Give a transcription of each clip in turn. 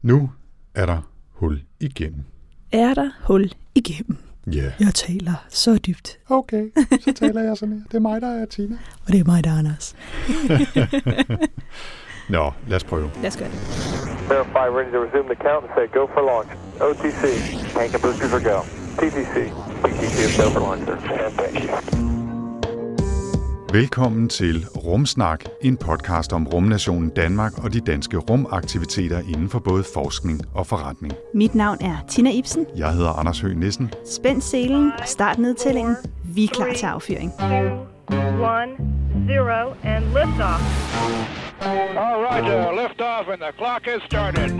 Nu er der hul igennem. Er der hul igennem? Ja. Yeah. Jeg taler så dybt. Okay, så taler jeg sådan her. Det er mig, der er Tina. Og det er mig, der er Anders. Nå, lad os prøve. Lad os gøre det. Verify, ready to resume the count and say go for launch. OTC, tank and boosters are go. TTC, PTC is go for launch, sir. And thank you. Velkommen til Rumsnak, en podcast om rumnationen Danmark og de danske rumaktiviteter inden for både forskning og forretning. Mit navn er Tina Ibsen. Jeg hedder Anders Høgh Nissen. Spænd selen og start nedtællingen. Vi er klar til affyring. 2, 1, 0 and liftoff. All right, liftoff and the clock has started.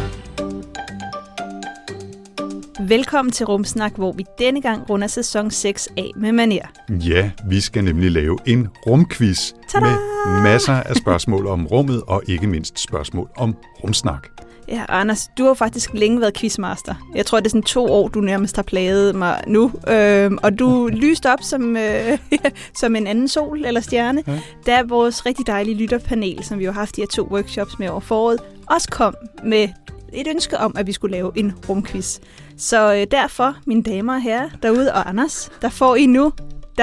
Velkommen til Rumsnak, hvor vi denne gang runder sæson 6 af med manér. Ja, vi skal nemlig lave en rumquiz Tada! med masser af spørgsmål om rummet og ikke mindst spørgsmål om rumsnak. Ja, Anders, du har faktisk længe været quizmaster. Jeg tror, det er sådan 2 år, du nærmest har plaget mig nu. Og du lyste op som en anden sol eller stjerne, da vores rigtig dejlige lytterpanel, som vi har haft de her 2 workshops med over foråret, også kom med et ønske om, at vi skulle lave en rumquiz. Så derfor, mine damer og herrer derude og Anders, der får I nu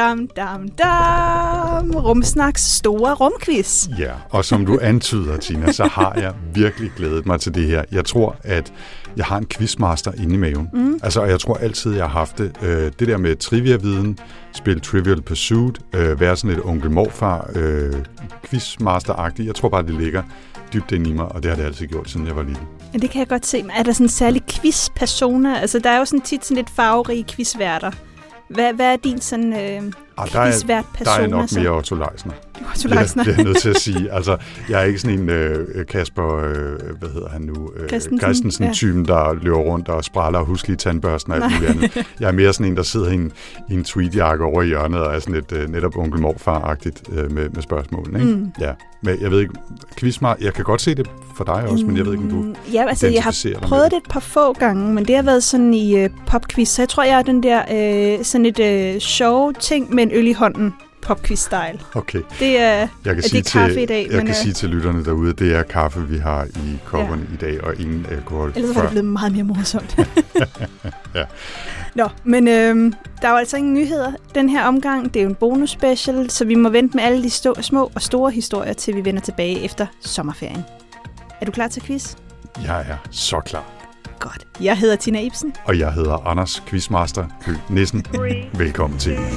Rumsnaks store rumquiz. Ja, og som du antyder, Tina, så har jeg virkelig glædet mig til det her. Jeg tror, at jeg har en quizmaster inde i maven. Altså, jeg tror altid, jeg har haft det. Det der med trivia-viden, spille Trivial Pursuit, være sådan et onkel morfar, quizmaster-agtigt. Jeg tror bare, det ligger dybt inde i mig, og det har det altid gjort, siden jeg var lille. Ja, det kan jeg godt se. Men er der sådan en særlig quiz-persona? Altså, der er jo sådan tit sådan lidt farverige quizværter. Hvad er din sådan quizvært persona? Der er nok mere Otto Leisner. Otto Leisner. Det er jeg nødt til at sige. Altså, jeg er ikke sådan en Kasper, hvad hedder han nu? Christensen-typen, der løber rundt og spræller og huslige tandbørsten og alt muligt andet. Jeg er mere sådan en, der sidder i en tweedjakke over i hjørnet og er sådan lidt netop onkel morfar-agtigt med spørgsmålene. Ikke? Ja. Men jeg ved ikke, quizmar, jeg kan godt se det for dig også, men jeg ved ikke, om du ja, altså, jeg har prøvet det et par få gange, men det har været sådan i popquiz, så jeg tror, jeg er den der sådan et sjove ting med en øl i hånden. Popquiz-style. Okay. Det er kaffe i dag. Jeg kan sige til lytterne derude, det er kaffe, vi har i kopperne i dag, og ingen alkohol. Ellers var det blevet meget mere morsomt. Ja. Nå, men der er jo altså ingen nyheder den her omgang. Det er jo en bonus-special, så vi må vente med alle de små og store historier, til vi vender tilbage efter sommerferien. Er du klar til quiz? Jeg er så klar. Godt. Jeg hedder Tina Ibsen. Og jeg hedder Anders Quizmaster Høgh Nissen. Velkommen til. 1, 0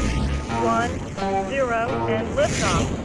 and liftoff.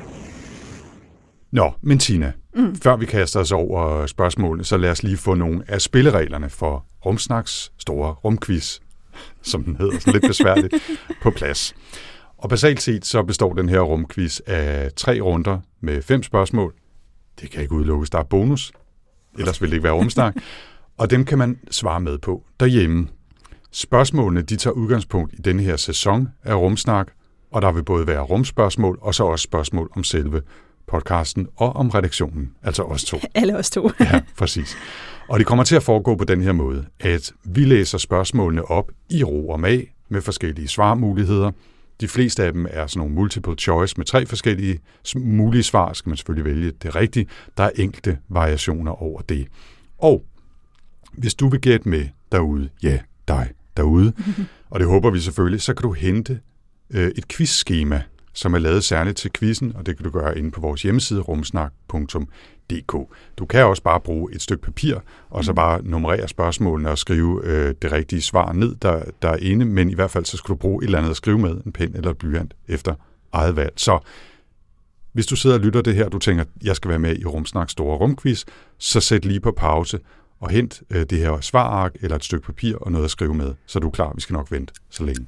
Nå, men Tina, før vi kaster os over spørgsmålene, så lad os lige få nogle af spillereglerne for Rumsnaks store rumquiz, som den hedder, sådan lidt besværligt, på plads. Og basalt set så består den her rumquiz af 3 runder med 5 spørgsmål. Det kan ikke udelukkes, der er bonus, ellers vil det ikke være rumsnak. Og dem kan man svare med på derhjemme. Spørgsmålene de tager udgangspunkt i denne her sæson af Rumsnak, og der vil både være rumspørgsmål og så også spørgsmål om selve podcasten og om redaktionen, altså os 2. Alle os 2. Ja, præcis. Og det kommer til at foregå på den her måde, at vi læser spørgsmålene op i ro og mag med forskellige svarmuligheder. De fleste af dem er sådan nogle multiple choice med 3 forskellige mulige svar, skal man selvfølgelig vælge det rigtige. Der er enkelte variationer over det. Og hvis du vil gætte med derude, ja, dig derude, og det håber vi selvfølgelig, så kan du hente et quizskema, som er lavet særligt til quizzen, og det kan du gøre inde på vores hjemmeside, rumsnak.dk. Du kan også bare bruge et stykke papir, og så bare nummerere spørgsmålene og skrive det rigtige svar ned der er inde, men i hvert fald så skal du bruge et eller andet at skrive med, en pen eller et blyant, efter eget valg. Så hvis du sidder og lytter det her, du tænker, jeg skal være med i Rumsnaks store rumquiz, så sæt lige på pause, og hent det her svarark eller et stykke papir og noget at skrive med, så du er klar. Vi skal nok vente så længe.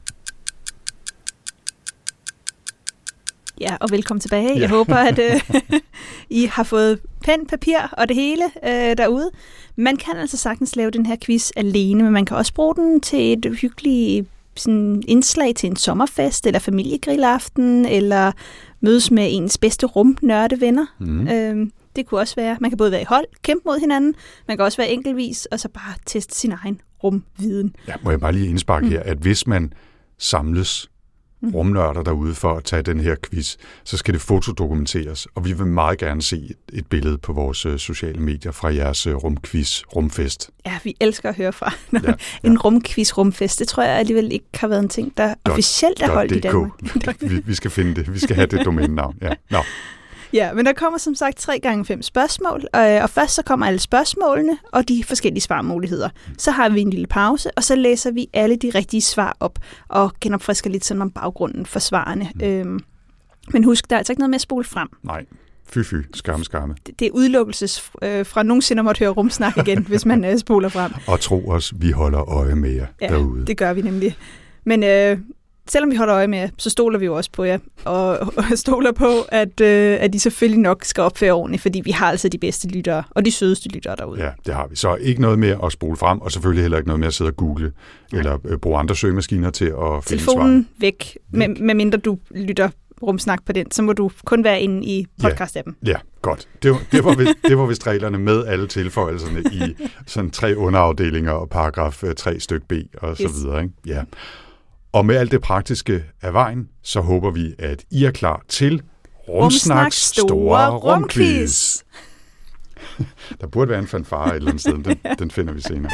Ja, og velkommen tilbage. Jeg håber, at I har fået pen, papir og det hele derude. Man kan altså sagtens lave den her quiz alene, men man kan også bruge den til et hyggeligt sådan, indslag til en sommerfest, eller familiegrillaften, eller mødes med ens bedste rumnørdevenner. Det kunne også være, man kan både være i hold, kæmpe mod hinanden, man kan også være enkeltvis, og så bare teste sin egen rumviden. Ja, må jeg bare lige indsparke her, at hvis man samles rumnørder derude for at tage den her quiz, så skal det fotodokumenteres, og vi vil meget gerne se et billede på vores sociale medier fra jeres rumquiz, rumfest. Ja, vi elsker at høre fra. En rumquiz, rumfest, det tror jeg alligevel ikke har været en ting, der officielt er holdt i Danmark. Vi skal finde det. Vi skal have det domænenavn. Ja. Nå. Ja, men der kommer som sagt 3 gange 5 spørgsmål, og først så kommer alle spørgsmålene og de forskellige svarmuligheder. Så har vi en lille pause, og så læser vi alle de rigtige svar op og genopfrisker lidt sådan om baggrunden for svarene. Men husk, der er altså ikke noget med at spole frem. Nej, skamme. Det er udelukkelses fra nogensinde måtte høre rumsnak igen, hvis man spoler frem. Og tro os, vi holder øje med jer derude. Det gør vi nemlig. Men selvom vi holder øje med jer, så stoler vi jo også på jer, og stoler på, at de selvfølgelig nok skal opføre ordentligt, fordi vi har altså de bedste lyttere, og de sødeste lyttere derude. Ja, det har vi. Så ikke noget med at spole frem, og selvfølgelig heller ikke noget med at sidde og google, eller bruge andre søgemaskiner til at finde svar. Telefonen væk, med mindre du lytter rumsnak på den, så må du kun være inde i podcast-appen. Ja, godt. Det var vist reglerne med alle tilføjelserne i sådan 3 underafdelinger og paragraf 3 styk B og så videre. Ikke? Ja. Og med alt det praktiske af vejen, så håber vi, at I er klar til Rumsnaks store rumquiz. Der burde være en fanfare et eller andet sted, den finder vi senere.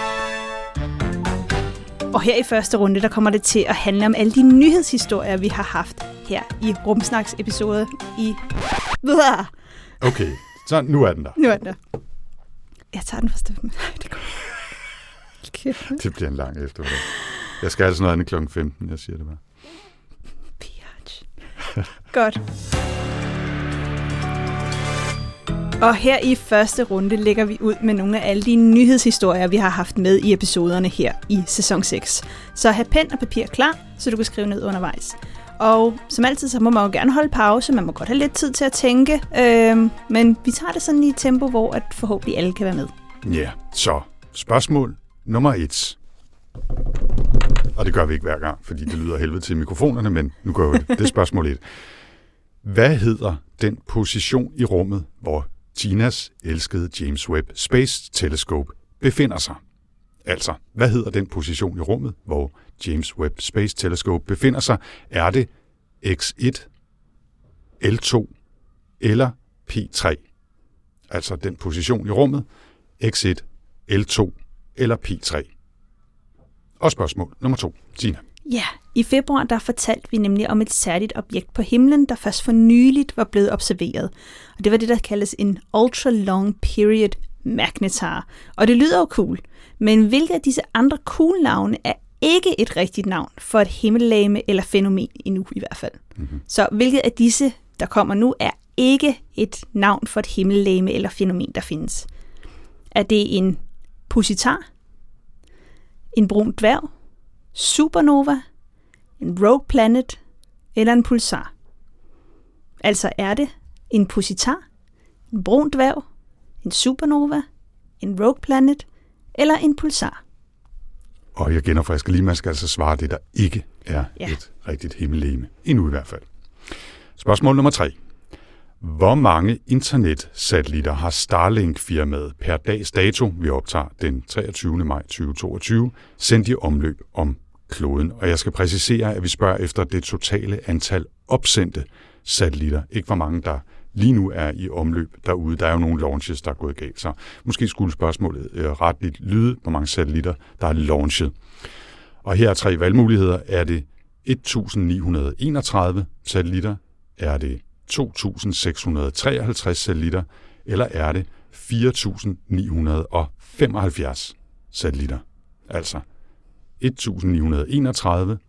Og her i første runde, der kommer det til at handle om alle de nyhedshistorier, vi har haft her i Rumsnaks episode i... Okay, så nu er den der. Jeg tager den fra steffen. Det bliver en lang eftermiddag. Jeg skal altså noget andet klokken 15, jeg siger det bare. Biatch. Godt. Og her i første runde lægger vi ud med nogle af alle de nyhedshistorier, vi har haft med i episoderne her i sæson 6. Så have pen og papir klar, så du kan skrive ned undervejs. Og som altid, så må man jo gerne holde pause. Man må godt have lidt tid til at tænke. Men vi tager det sådan i et tempo, hvor at forhåbentlig alle kan være med. Ja, så spørgsmål nummer 1. Og det gør vi ikke hver gang, fordi det lyder helvede til mikrofonerne, men nu gør vi det. Det er spørgsmål 1. Hvad hedder den position i rummet, hvor Kinas elskede James Webb Space Telescope befinder sig? Altså, hvad hedder den position i rummet, hvor James Webb Space Telescope befinder sig? Er det X1, L2 eller P3? Altså den position i rummet, X1, L2 eller P3? Og spørgsmål nummer 2. Tina. Ja, i februar der fortalte vi nemlig om et særligt objekt på himlen, der først for nyligt var blevet observeret. Og det var det, der kaldes en Ultra Long Period Magnetar. Og det lyder jo cool, men hvilke af disse andre cool navne er ikke et rigtigt navn for et himmellegeme eller fænomen endnu i hvert fald. Mm-hmm. Så hvilket af disse, der kommer nu, er ikke et navn for et himmellegeme eller fænomen, der findes? Er det en positar? En brun dværg? Supernova? En rogue planet? Eller en pulsar? Altså er det en positar? En brun dværg? En supernova? En rogue planet? Eller en pulsar? Og jeg genopfrisker lige, man skal altså svare det, der ikke er et rigtigt himmellegeme. Endnu i hvert fald. Spørgsmål nummer 3. Hvor mange internetsatellitter har Starlink-firmaet per dags dato, vi optager den 23. maj 2022, sendt i omløb om kloden? Og jeg skal præcisere, at vi spørger efter det totale antal opsendte satellitter. Ikke hvor mange, der lige nu er i omløb derude. Der er jo nogle launches, der er gået galt. Så måske skulle spørgsmålet retligt lyde, hvor mange satellitter, der er launchet. Og her er 3 valgmuligheder. Er det 1931 satellitter? Er det 2.653 satellitter, eller er det 4.975 satellitter? Altså 1.931,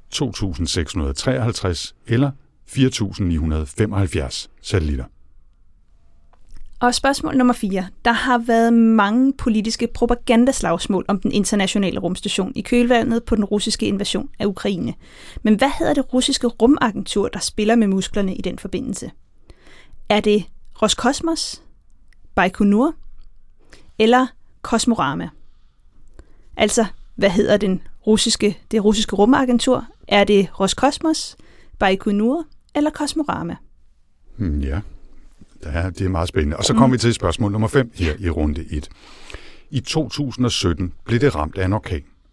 2.653 eller 4.975 satellitter. Og spørgsmål nummer 4. Der har været mange politiske propagandaslagsmål om den internationale rumstation i kølvandet på den russiske invasion af Ukraine. Men hvad hedder det russiske rumagentur, der spiller med musklerne i den forbindelse? Er det Roskosmos, Baikonur eller Kosmorama? Altså, hvad hedder det russiske rumagentur? Er det Roskosmos, Baikonur eller Kosmorama? Ja. Ja, det er meget spændende. Og så kommer vi til spørgsmål nummer 5 her i runde 1. I 2017 blev det ramt af en orkan,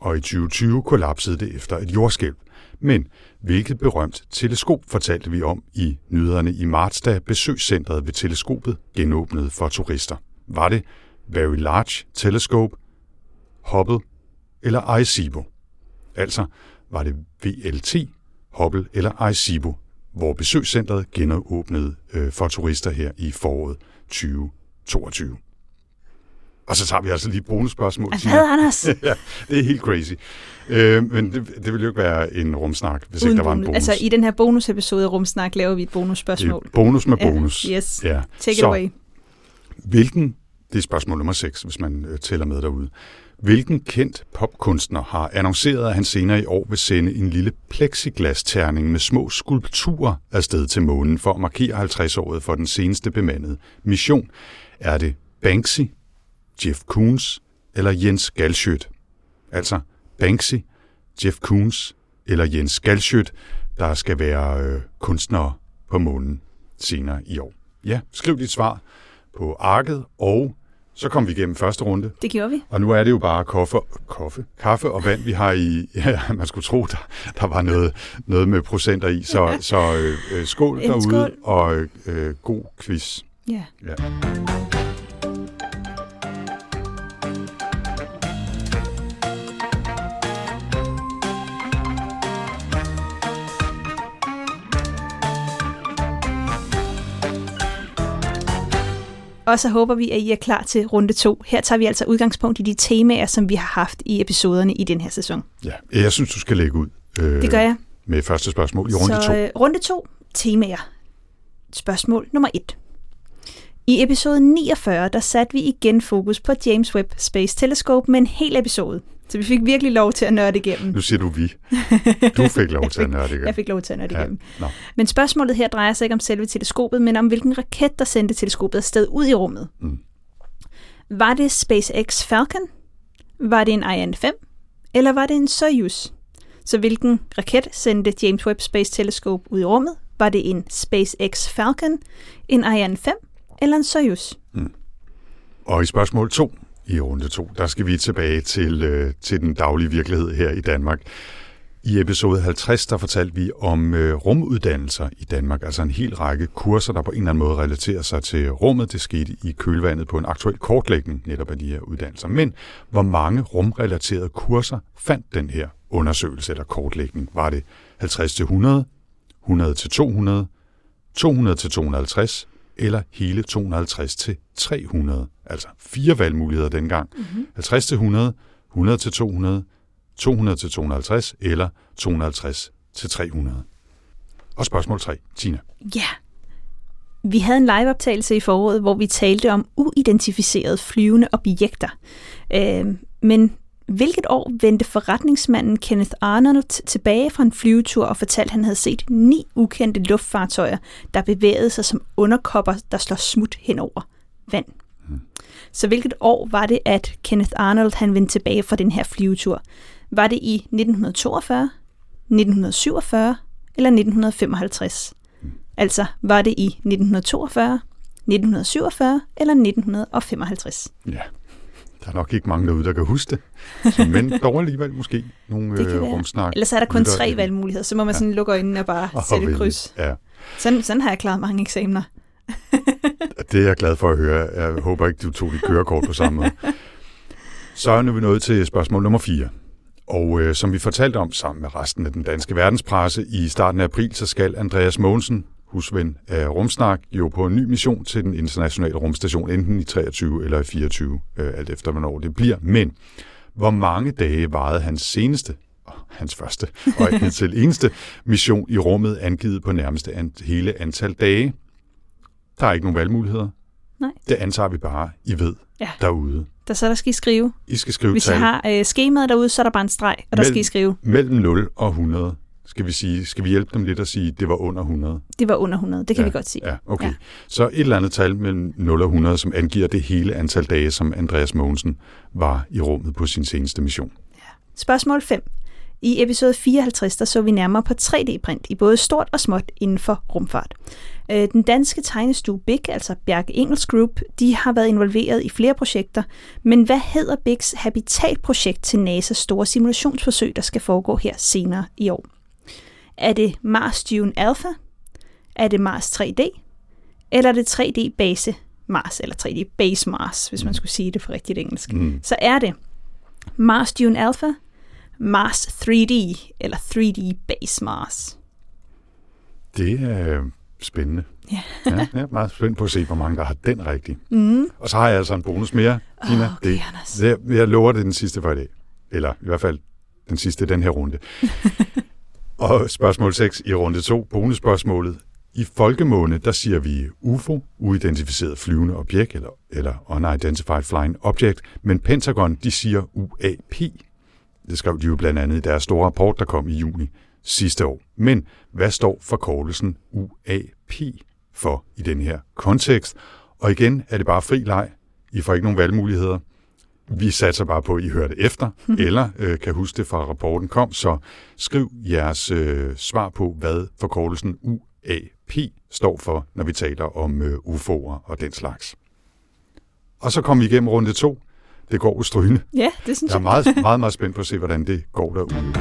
og i 2020 kollapsede det efter et jordskælv. Men hvilket berømt teleskop fortalte vi om i nyhederne i marts, da besøgscentret ved teleskopet genåbnede for turister? Var det Very Large Telescope, Hubble eller Arecibo? Altså, var det VLT, Hubble eller Arecibo, hvor besøgscentret genåbnede for turister her i foråret 2022. Og så tager vi altså lige bonusspørgsmål. Hvad, Anders? Ja, det er helt crazy. Men det ville jo ikke være en rumsnak, hvis ikke der var en bonus. Altså i den her bonusepisode af Rumsnak laver vi et bonusspørgsmål. Bonus med bonus. Ja, yes, ja. Take it away. Det er spørgsmål nummer 6, hvis man tæller med derude. Hvilken kendt popkunstner har annonceret, at han senere i år vil sende en lille plexiglasterning med små skulpturer afsted til månen for at markere 50-året for den seneste bemandede mission? Er det Banksy, Jeff Koons eller Jens Galschiøt? Altså Banksy, Jeff Koons eller Jens Galschiøt, der skal være kunstnere på månen senere i år. Ja, skriv dit svar på arket, og så kom vi igennem første runde. Det gjorde vi. Og nu er det jo bare kaffe og vand, vi har i. Ja, man skulle tro, der var noget med procenter i. Så skål derude, skål. Og god quiz. Ja. Og så håber vi, at I er klar til runde 2. Her tager vi altså udgangspunkt i de temaer, som vi har haft i episoderne i den her sæson. Ja, jeg synes, du skal lægge ud. Det gør jeg. Med første spørgsmål i runde 2. Så runde 2, temaer. Spørgsmål nummer 1. I episode 49, der satte vi igen fokus på James Webb Space Telescope med en hel episode. Så vi fik virkelig lov til at nørde igennem. Nu siger du vi. Du fik lov til at nørde igennem. Jeg fik lov til at nørde igennem. No. Men spørgsmålet her drejer sig ikke om selve teleskopet, men om hvilken raket, der sendte teleskopet afsted ud i rummet. Var det SpaceX Falcon? Var det en Ariane 5? Eller var det en Soyuz? Så hvilken raket sendte James Webb Space Telescope ud i rummet? Var det en SpaceX Falcon, en Ariane 5 eller en Soyuz? Og i spørgsmål 2, i runde 2, der skal vi tilbage til den daglige virkelighed her i Danmark. I episode 50, der fortalte vi om rumuddannelser i Danmark, altså en hel række kurser, der på en eller anden måde relaterer sig til rummet. Det skete i kølvandet på en aktuel kortlægning netop af de her uddannelser. Men hvor mange rumrelaterede kurser fandt den her undersøgelse eller kortlægning? Var det 50-100, 100-200, 200-250 eller hele 250-300? Altså 4 valgmuligheder dengang. 50-100, 100-200, 200-250 eller 250-300. Og spørgsmål 3, Tina. Ja. Vi havde en liveoptagelse i foråret, hvor vi talte om uidentificerede flyvende objekter. Men hvilket år vendte forretningsmanden Kenneth Arnold tilbage fra en flyvetur og fortalte, at han havde set 9 ukendte luftfartøjer, der bevægede sig som underkopper, der slår smut hen over vand. Så hvilket år var det, at Kenneth Arnold han vendte tilbage fra den her flyvetur? Var det i 1942, 1947 eller 1955? Altså, var det i 1942, 1947 eller 1955? Ja, der er nok ikke mange derude, der kan huske det. Men dog alligevel måske nogle rumsnak. Ellers er der kun 3 valgmuligheder, så må man sådan lukke øjnene og bare sætte et kryds. Ja. Sådan har jeg klaret mange eksamener. Det er jeg glad for at høre. Jeg håber ikke, du tog dit kørekort på samme måde. Så er vi nået til spørgsmål nummer 4. Og som vi fortalte om sammen med resten af den danske verdenspresse, i starten af april, så skal Andreas Mogensen, husven af Rumsnak, jo på en ny mission til den internationale rumstation, enten i 23 eller i 24, alt efter hvornår det bliver. Men hvor mange dage varede hans første og til eneste mission i rummet, angivet på nærmeste hele antal dage? Der er ikke nogen valgmuligheder. Nej. Det antager vi bare, I ved derude. Der skal I skrive. I skal skrive Hvis tal. I har skemaet derude, så er der bare en streg, og der skal I skrive. Mellem 0 og 100. Skal vi hjælpe dem lidt at sige, at det var under 100? Det var under 100, det kan vi godt sige. Ja, okay. Ja. Så et eller andet tal mellem 0 og 100, som angiver det hele antal dage, som Andreas Mogensen var i rummet på sin seneste mission. Ja. Spørgsmål 5. I episode 54, der så vi nærmere på 3D-print i både stort og småt inden for rumfart. Den danske tegnestue BIG, altså Bjarke Ingels Group, de har været involveret i flere projekter, men hvad hedder BIGs habitatprojekt til NASA's store simulationsforsøg, der skal foregå her senere i år? Er det Mars Dune Alpha? Er det Mars 3D? Eller er det 3D Base Mars, eller 3D Base Mars, hvis man skulle sige det på rigtigt engelsk? Så er det Mars Dune Alpha, Mars 3D eller 3D Base Mars. Det er spændende. Ja. Jeg er meget spændt på at se, hvor mange der har den rigtige. Og så har jeg altså en bonus mere, Tina. Okay, jeg lover det den sidste for i dag. Eller i hvert fald den sidste den her runde. Og spørgsmål 6 i runde 2, bonusspørgsmålet. I folkemåne, der siger vi UFO, uidentificeret flyvende objekt, eller unidentified flying object, men Pentagon, de siger UAP. Det skrev de jo blandt andet i deres store rapport, der kom i juni sidste år. Men hvad står forkortelsen UAP for i den her kontekst? Og igen er det bare fri leg. I får ikke nogen valgmuligheder. Vi satser bare på, at I hører det efter, eller kan huske det fra rapporten kom, så skriv jeres svar på, hvad forkortelsen UAP står for, når vi taler om UFO'er og den slags. Og så kommer vi igennem runde 2. Det går strygende. Ja, det synes jeg. Jeg er meget, meget spændt på at se, hvordan det går derude.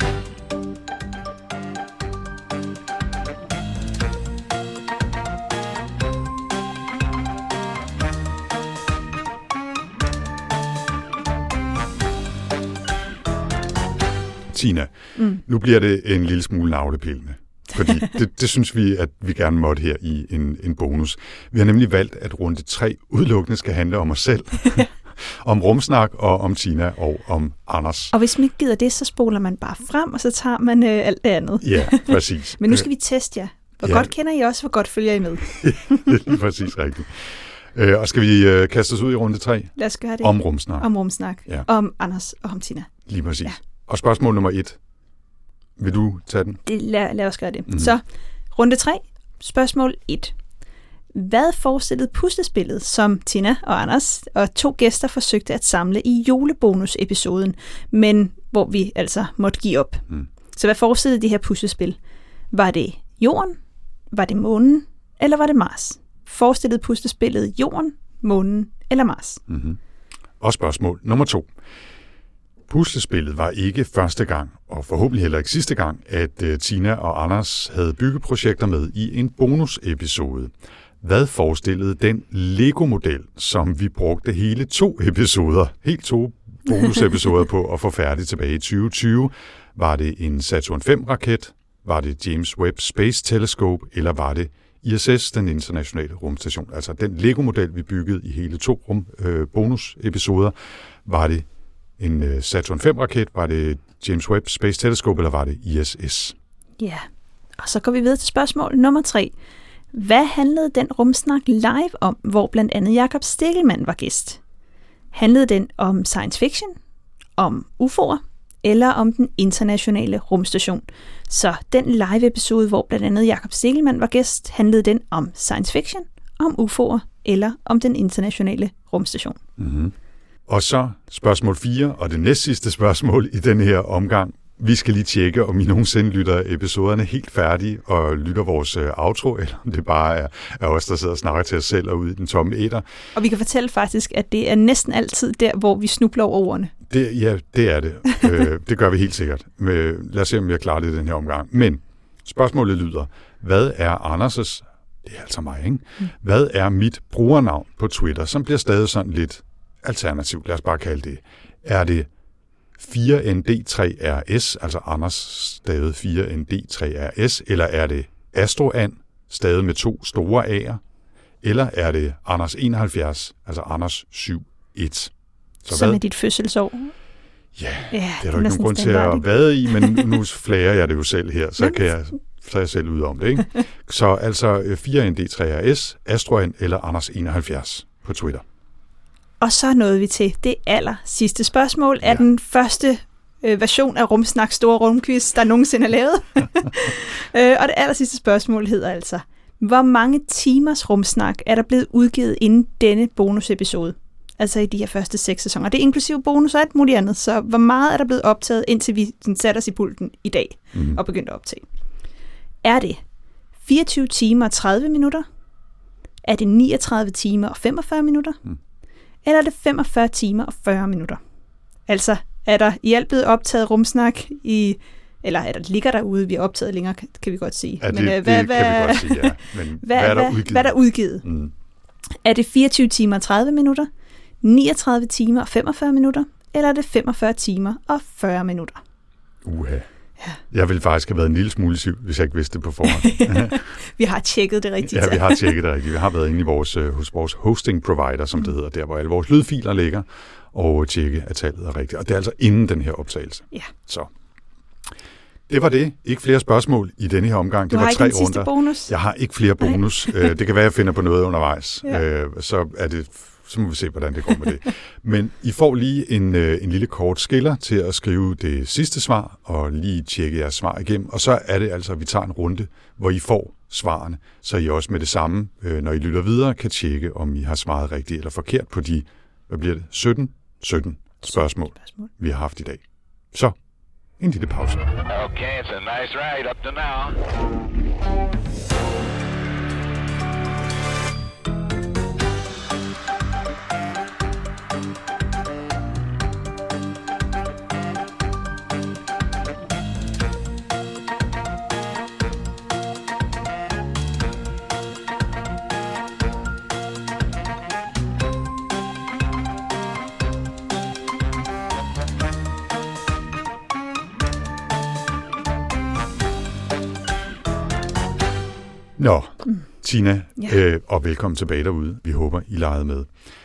Tina, nu bliver det en lille smule navlepillende, fordi det synes vi, at vi gerne måtte her i en bonus. Vi har nemlig valgt, at runde 3 udelukkende skal handle om os selv, om rumsnak og om Tina og om Anders. Og hvis man ikke gider det, så spoler man bare frem, og så tager man alt det andet. Ja, præcis. Men nu skal vi teste jer. Hvor godt kender I også, hvor godt følger I med? Det er lige præcis rigtigt. Og skal vi kaste os ud i runde 3? Lad os gøre det. Om rumsnak. Om rumsnak. Ja. Om Anders og om Tina. Lige præcis. Ja. Og spørgsmål nummer 1. Vil du tage den? Lad os gøre det. Så runde 3, spørgsmål 1. Hvad forestillede puslespillet, som Tina og Anders og 2 gæster forsøgte at samle i julebonus-episoden, men hvor vi altså måtte give op? Så hvad forestillede de her puslespil? Var det Jorden? Var det Månen? Eller var det Mars? Forestillede puslespillet Jorden, Månen eller Mars? Og spørgsmål nummer 2. Puslespillet var ikke første gang, og forhåbentlig heller ikke sidste gang, at Tina og Anders havde byggeprojekter med i en bonusepisode. Hvad forestillede den Lego-model, som vi brugte hele 2 bonusepisoder på at få færdig tilbage i 2020? Var det en Saturn V-raket? Var det James Webb Space Telescope? Eller var det ISS, den internationale rumstation? Altså den Lego-model, vi byggede i hele 2 bonusepisoder. Var det en Saturn V-raket? Var det James Webb Space Telescope? Eller var det ISS? Ja, og så går vi videre til spørgsmål nummer 3. Hvad handlede den rumsnak live om, hvor blandt andet Jakob Stegelmann var gæst? Handlede den om science fiction, om UFO'er eller om den internationale rumstation? Så den live-episode, hvor blandt andet Jakob Stegelmann var gæst, handlede den om science fiction, om UFO'er eller om den internationale rumstation? Og så spørgsmål 4, og det næstsidste spørgsmål i denne her omgang. Vi skal lige tjekke, om I nogensinde lytter episoderne helt færdige og lytter vores outro, eller om det bare er os, der sidder og snakker til os selv og ude i den tomme æter. Og vi kan fortælle faktisk, at det er næsten altid der, hvor vi snubler over ordene. Det er det. Det gør vi helt sikkert. Lad os se, om vi har klaret det i den her omgang. Men spørgsmålet lyder, hvad er Anders' det er altså mig, ikke? Hvad er mit brugernavn på Twitter, som bliver stadig sådan lidt alternativt, lad os bare kalde det. Er det 4ND3RS, altså Anders stavet 4ND3RS, eller er det Astroan, stavet med 2 store A'er, eller er det Anders 71, altså Anders 71? Som er dit fødselsår? Ja, det er der ikke nogen grund til at vade i, men nu flager jeg det jo selv her, så er jeg selv ude om det, ikke? Så altså 4ND3RS, Astroan eller Anders 71 på Twitter. Og så nåede vi til det aller sidste spørgsmål af den første version af Rumsnak Store Rumquiz, der nogensinde er lavet. Og det aller sidste spørgsmål hedder altså, hvor mange timers rumsnak er der blevet udgivet inden denne bonusepisode? altså i de her første 6 sæsoner. Det er inklusive bonus og alt muligt andet. Så hvor meget er der blevet optaget, indtil vi satte os i pulten i dag og begyndte at optage? Er det 24 timer og 30 minutter? Er det 39 timer og 45 minutter? Eller er det 45 timer og 40 minutter? Altså, er der i alt blevet optaget rumsnak eller er der ligger derude, vi er optaget længere, kan vi godt sige. Ja, det kan vi godt sige, ja. Men hvad er der udgivet? Hvad er der udgivet? Er det 24 timer og 30 minutter? 39 timer og 45 minutter? Eller er det 45 timer og 40 minutter? Ja. Jeg ville faktisk have været en lille smule syg, hvis jeg ikke vidste det på forhånd. Vi har tjekket det rigtigt. Ja, vi har tjekket det rigtigt. Vi har været inde hos vores hosting provider, som det hedder, der hvor alle vores lydfiler ligger, og tjekke, at tallet er rigtigt. Og det er altså inden den her optagelse. Ja. Så det var det. Ikke flere spørgsmål i denne her omgang. Det var 3 runder. Du har ikke den sidste bonus? Jeg har ikke flere bonus. Det kan være, jeg finder på noget undervejs. Ja. Så må vi se, hvordan det går med det. Men I får lige en lille kort skiller til at skrive det sidste svar, og lige tjekke jeres svar igennem. Og så er det altså, at vi tager en runde, hvor I får svarene, så I også med det samme, når I lytter videre, kan tjekke, om I har svaret rigtigt eller forkert på de, 17 spørgsmål, vi har haft i dag. Så, en lille pause. Okay, it's a nice ride up to now. Nå, Tina, og velkommen tilbage derude. Vi håber, I legede med.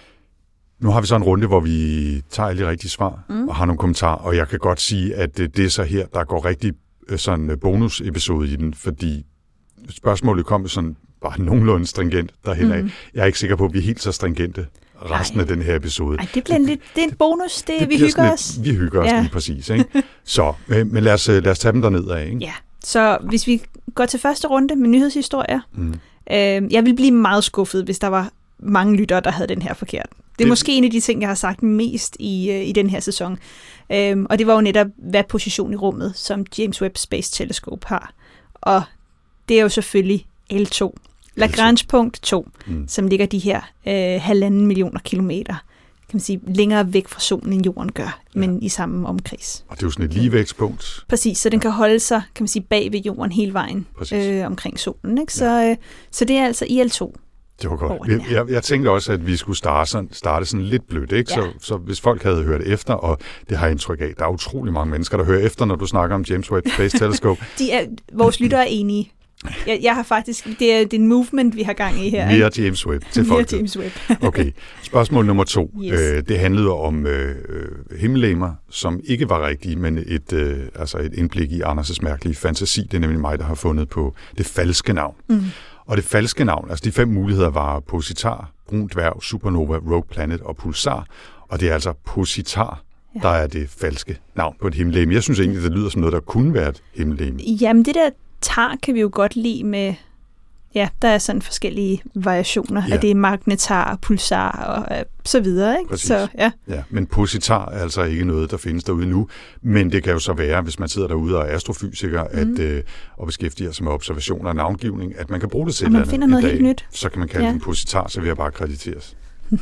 Nu har vi så en runde, hvor vi tager alle de rigtige svar og har nogle kommentarer, og jeg kan godt sige, at det er så her, der går rigtig sådan en bonusepisode i den, fordi spørgsmålet kom sådan bare nogenlunde stringent derhen af. Jeg er ikke sikker på, at vi er helt så stringente resten af den her episode. Ej, det er en bonus, vi hygger os. Vi hygger os lige præcis, ikke? Så, men lad os tage dem derned af, ikke? Ja, så hvis vi går til første runde med nyhedshistorier, jeg vil blive meget skuffet, hvis der var mange lyttere, der havde den her forkert. Det er måske en af de ting, jeg har sagt mest i den her sæson. Og det var jo netop, hvad position i rummet, som James Webb Space Telescope har. Og det er jo selvfølgelig L2. Lagrange-punkt 2, som ligger de her 1,5 millioner kilometer, kan man sige, længere væk fra solen, end jorden gør, men i samme omkreds. Og det er jo sådan et ligevægtspunkt. Præcis, så den kan holde sig, kan man sige, bag ved jorden hele vejen omkring solen. Ikke? Så det er altså IL2. Det var godt. Jeg tænkte også, at vi skulle starte sådan lidt blødt, ikke? Ja. Så hvis folk havde hørt efter, og det har jeg indtryk af, der er utrolig mange mennesker, der hører efter, når du snakker om James Webb Space Telescope. Vores lyttere er enige. Jeg har faktisk, det er en movement, vi har gang i her. Via James Webb til folket. Via James Webb. Okay, spørgsmål nummer 2. Yes. Det handlede om himmellegemer, som ikke var rigtige, men et indblik i Anders' mærkelige fantasi. Det er nemlig mig, der har fundet på det falske navn. Og det falske navn, altså de 5 muligheder var Positar, Brun dværg, Supernova, Rogue Planet og Pulsar. Og det er altså Positar, der er det falske navn på et himmellegeme. Jeg synes egentlig, det lyder som noget, der kunne være et himmellegeme. Jamen det der tar kan vi jo godt lide med, der er sådan forskellige variationer af det, magnetar, pulsar og så videre. Ikke? Præcis. Så, men positar er altså ikke noget, der findes derude nu, men det kan jo så være, hvis man sidder derude og er astrofysiker og beskæftiger sig med observationer og navngivning, at man kan bruge det til man finder noget helt nyt. Så kan man kalde den positar, så vil jeg bare krediteres.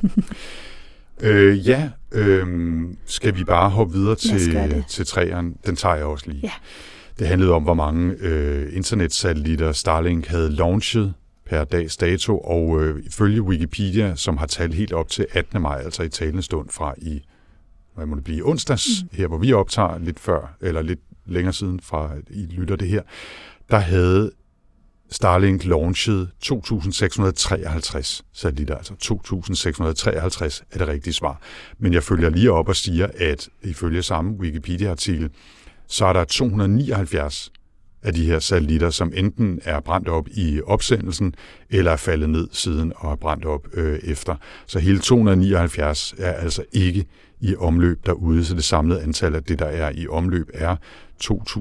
Skal vi bare hoppe videre til 3'eren? Den tager jeg også lige. Ja. Det handlede om, hvor mange internetsatellitter Starlink havde launchet per dags dato, og ifølge Wikipedia, som har talt helt op til 18. maj, altså i talende stund fra onsdags, her hvor vi optager lidt før, eller lidt længere siden fra I lytter det her, der havde Starlink launchet 2.653 satellitter, altså 2.653 er det rigtige svar. Men jeg følger lige op og siger, at ifølge samme Wikipedia-artikel, så er der 279 af de her satellitter, som enten er brændt op i opsendelsen, eller er faldet ned siden og er brændt op efter. Så hele 279 er altså ikke i omløb derude, så det samlede antal af det, der er i omløb, er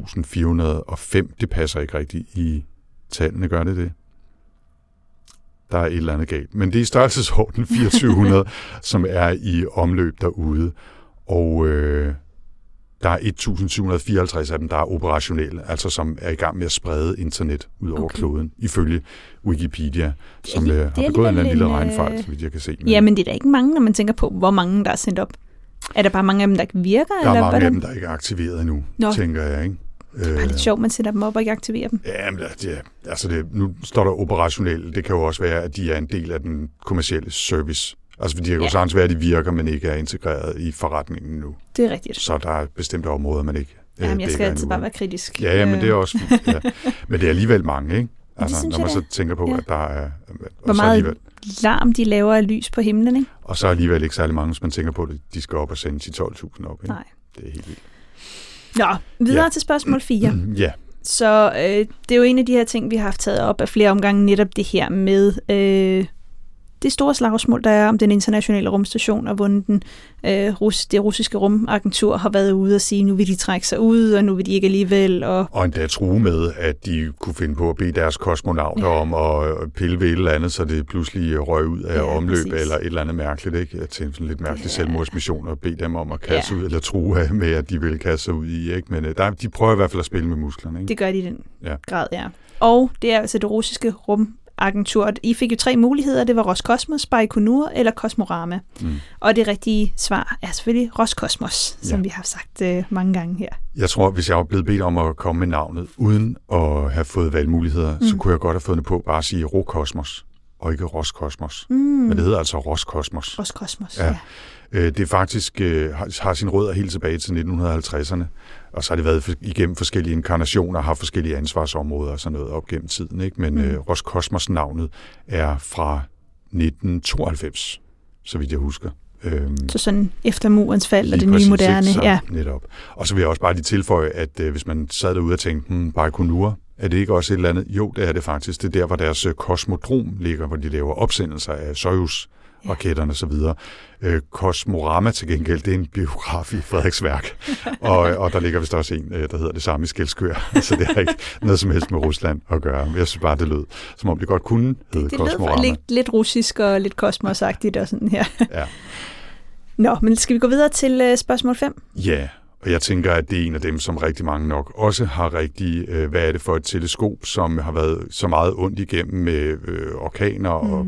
2.405. Det passer ikke rigtigt i tallene, gør det? der er et eller andet galt. Men det er i størrelsesorden 2400, som er i omløb derude. Og der er 1754 af dem, der er operationelle, altså som er i gang med at sprede internet ud over kloden, ifølge Wikipedia, som har begået en lille regnfejl, så vidt jeg kan se. Ja, men det er da ikke mange, når man tænker på, hvor mange der er sendt op. Er der bare mange af dem, der ikke virker? Der er eller mange af dem, der ikke er aktiveret endnu, tænker jeg, ikke? Det er bare lidt sjovt, man sætter dem op og ikke aktiverer dem. Ja, men nu står der operationelle. Det kan jo også være, at de er en del af den kommercielle service. Altså, fordi det kan jo sagtens være, at de virker, men ikke er integreret i forretningen nu. Det er rigtigt. Så der er bestemte områder, man ikke Jamen, jeg skal altid bare være kritisk. Ja, men det er også fint. Ja. Men det er alligevel mange, ikke? Altså, når man så tænker på, at der er... Hvor meget larm de laver af lys på himlen, ikke? Og så alligevel ikke særlig mange, hvis man tænker på, at de skal op og sende 10-12.000 op, ikke? Nej. Det er helt vildt. Nå, videre til spørgsmål 4. Ja. Så det er jo en af de her ting, vi har haft taget op af flere omgange, netop det her med det store slagsmål, der er om den internationale rumstation, og hvordan det russiske rumagentur har været ude og sige, nu vil de trække sig ud, og nu vil de ikke alligevel. Og endda true med, at de kunne finde på at bede deres kosmonauter om at pille ved et eller andet, så det pludselig røg ud af omløb, præcis. Eller et eller andet mærkeligt. Ikke? Jeg tænkte sådan lidt mærkelig selvmordsmission og bede dem om at kaste ud, eller true med, at de vil kaste sig ud i. Ikke? Men de prøver i hvert fald at spille med musklerne. Ikke? Det gør de i den grad, ja. Og det er altså det russiske rumagentur. I fik jo 3 muligheder. Det var Roskosmos, Baikonur eller Kosmorama. Og det rigtige svar er selvfølgelig Roskosmos, som vi har sagt mange gange her. Jeg tror, hvis jeg var blevet bedt om at komme med navnet, uden at have fået valgmuligheder, så kunne jeg godt have fundet på bare at sige Rokosmos, og ikke Roskosmos. Men det hedder altså Roskosmos. Roskosmos, ja. Det er faktisk har sin rødder helt tilbage til 1950'erne, og så har det været igennem forskellige inkarnationer, har forskellige ansvarsområder og sådan noget op gennem tiden. Ikke? Men Roskosmos-navnet er fra 1992, så vidt jeg husker. Så sådan efter murens fald og det nye moderne. Ja, netop. Og så vil jeg også bare lige tilføje, at hvis man sad derude og tænkte, Baikonur, er det ikke også et eller andet? Jo, det er det faktisk. Det er der, hvor deres kosmodrom ligger, hvor de laver opsendelser af Soyuz-raketterne og så videre. Kosmorama til gengæld, det er en biograf i Frederiksværk. og der ligger vist også en, der hedder det samme i Skelskør. Så det har ikke noget som helst med Rusland at gøre. Jeg synes bare, det lød, som om det godt kunne hedde Kosmorama. Det lød lidt russisk og lidt kosmosagtigt og sådan her. Ja. Nå, men skal vi gå videre til spørgsmål 5? Ja, og jeg tænker, at det er en af dem, som rigtig mange nok også har rigtig, hvad er det for et teleskop, som har været så meget ondt igennem med orkaner og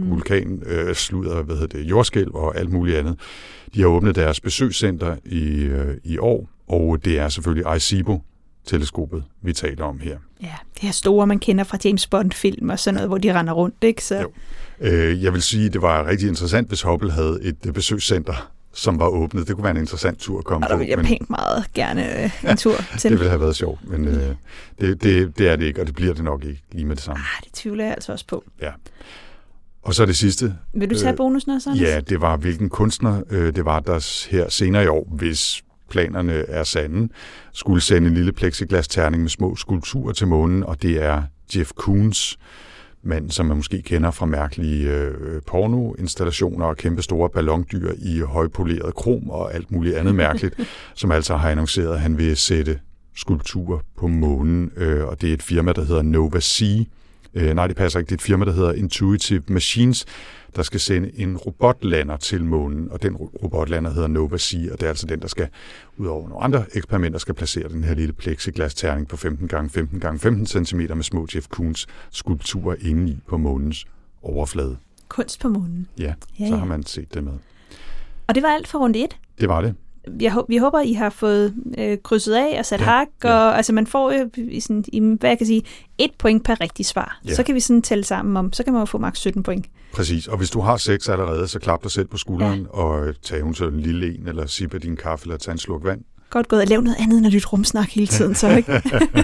jordskælv og alt muligt andet. De har åbnet deres besøgscenter i år, og det er selvfølgelig Arecibo-teleskopet, vi taler om her. Ja, det her store, man kender fra James Bond-film og sådan noget, hvor de render rundt, ikke? Så... Jo. Jeg vil sige, at det var rigtig interessant, hvis Hubble havde et besøgscenter, som var åbnet. Det kunne være en interessant tur at komme på. Og der vil jeg pænt meget gerne en tur til. Det ville have været sjovt, men det er det ikke, og det bliver det nok ikke lige med det samme. Det tvivler jeg altså også på. Ja. Og så det sidste. Vil du tage bonusen også, Anders? Ja, det var hvilken kunstner det var, der her senere i år, hvis planerne er sande, skulle sende en lille plexiglas-terning med små skulpturer til månen, og det er Jeff Koons, mand, som man måske kender fra mærkelige pornoinstallationer og kæmpe store ballondyr i højpoleret krom og alt muligt andet mærkeligt, som altså har annonceret, at han vil sætte skulpturer på månen. Og det er et firma, der hedder Nova Sea. Nej, det passer ikke. Det er et firma, der hedder Intuitive Machines, der skal sende en robotlander til månen, og den robotlander hedder Nova Sea, og det er altså den, der skal, ud over nogle andre eksperimenter, skal placere den her lille plexiglas-terning på 15x15x15 cm med små Jeff Koons skulpturer indeni på månens overflade. Kunst på månen. Ja, så har man set det med. Og det var alt for runde 1. Det var det. Vi håber, I har fået krydset af og sat hak, og altså man får hvad jeg kan sige, 1 point per rigtig svar. Ja. Så kan vi sådan tælle sammen om, så kan man jo få maks 17 point. Præcis, og hvis du har 6 allerede, så klap dig selv på skulderen og tag eventuelt en lille en, eller sip af din kaffe, eller tag en slurk vand. Godt gået at lave noget andet end at lytte rumsnak hele tiden, så ikke?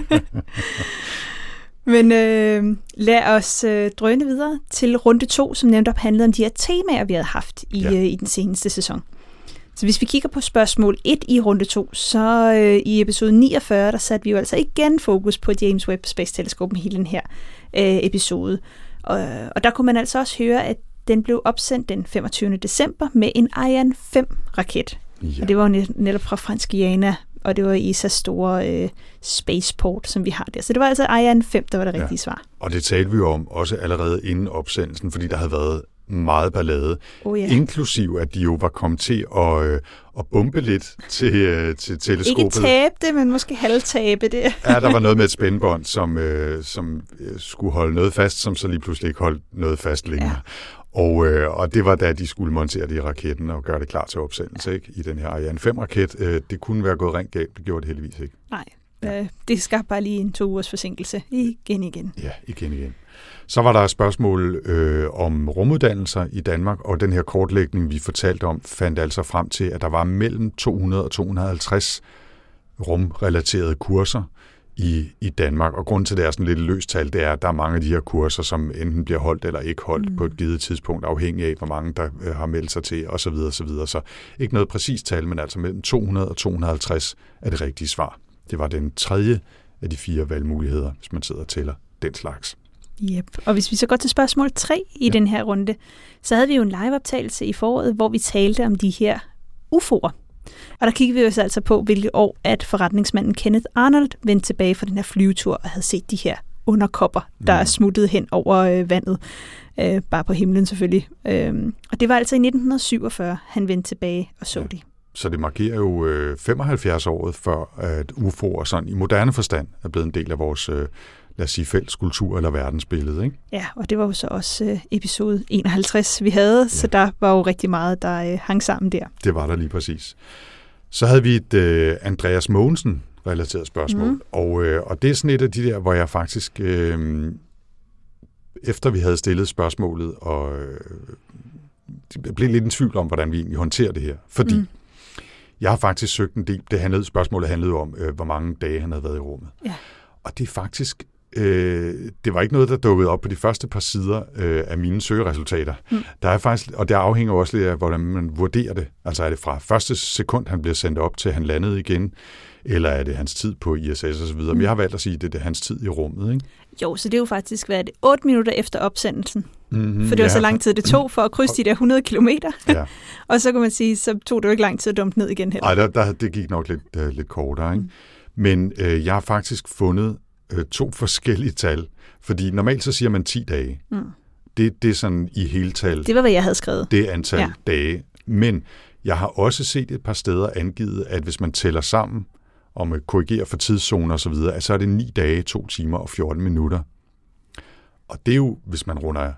Men lad os drøne videre til runde 2, som nemt handlede om de her temaer, vi havde haft i den seneste sæson. Så hvis vi kigger på spørgsmål 1 i runde 2, så i episode 49, der satte vi jo altså igen fokus på James Webb Space Telescope med hele den her episode. Og der kunne man altså også høre, at den blev opsendt den 25. december med en Ariane 5-raket. Ja. Og det var jo netop fra Fransk Guyana, og det var ESA's store spaceport, som vi har der. Så det var altså Ariane 5, der var det rigtige svar. Og det talte vi jo om også allerede inden opsendelsen, fordi der havde været meget ballade. Inklusiv, at de jo var kommet til at bombe lidt til teleskopet. Ikke tabe det, men måske halvtabe det. Ja, der var noget med et spændbånd, som skulle holde noget fast, som så lige pludselig ikke holdt noget fast længere. Ja. Og det var da de skulle montere det i raketten og gøre det klar til opsendelse, ikke? I den her Ariane 5-raket. Det kunne være gået rent galt, det gjorde det heldigvis ikke. Nej, det skabte bare lige en 2 ugers forsinkelse. Igen. Ja, igen. Så var der et spørgsmål om rumuddannelser i Danmark, og den her kortlægning, vi fortalte om, fandt altså frem til, at der var mellem 200 og 250 rumrelaterede kurser i Danmark. Og grunden til, det er sådan lidt løst tal, det er, at der er mange af de her kurser, som enten bliver holdt eller ikke holdt på et givet tidspunkt, afhængig af, hvor mange der har meldt sig til, osv. Så ikke noget præcist tal, men altså mellem 200 og 250 er det rigtige svar. Det var den 3. af de 4 valgmuligheder, hvis man sidder og tæller den slags. Yep. Og hvis vi så går til spørgsmål 3 i den her runde, så havde vi jo en liveoptagelse i foråret, hvor vi talte om de her UFO'er. Og der kiggede vi jo altså på, hvilket år, at forretningsmanden Kenneth Arnold vendte tilbage fra den her flyvetur og havde set de her underkopper, der er smuttet hen over vandet. Bare på himlen selvfølgelig. Og det var altså i 1947, han vendte tilbage og så det. Så det markerer jo 75-året før, at UFO'er sådan i moderne forstand er blevet en del af vores, lad os sige, fælles kultur eller verdensbillede, ikke? Ja, og det var jo så også episode 51, vi havde, så der var jo rigtig meget, der hang sammen der. Det var der lige præcis. Så havde vi et Andreas Mogensen-relateret spørgsmål, og det er sådan et af de der, hvor jeg faktisk, efter vi havde stillet spørgsmålet, og det blev lidt en tvivl om, hvordan vi egentlig håndterer det her, fordi jeg har faktisk søgt en del. Spørgsmålet handlede om, hvor mange dage han havde været i rummet. Ja. Og det er faktisk, det var ikke noget, der dukkede op på de første par sider af mine søgeresultater. Der er faktisk, og det afhænger også lidt af, hvordan man vurderer det. Altså er det fra første sekund, han bliver sendt op til, han landede igen, eller er det hans tid på ISS og så videre. Men jeg har valgt at sige, at det er hans tid i rummet, ikke? Jo, så det er jo faktisk, 8 minutter efter opsendelsen. For det var så lang tid, det tog for at krydse de der 100 kilometer. Ja. Og så kan man sige, så tog det jo ikke lang tid at dumpe ned igen heller. Nej, det gik nok lidt kortere, ikke? Men jeg har faktisk fundet 2 forskellige tal. Fordi normalt så siger man 10 dage. Det er sådan i hele tal. Det var, hvad jeg havde skrevet. Det er antal dage. Men jeg har også set et par steder angivet, at hvis man tæller sammen, og man korrigerer for tidszoner og så videre, så er det 9 dage, 2 timer og 14 minutter. Og det er jo, hvis man runder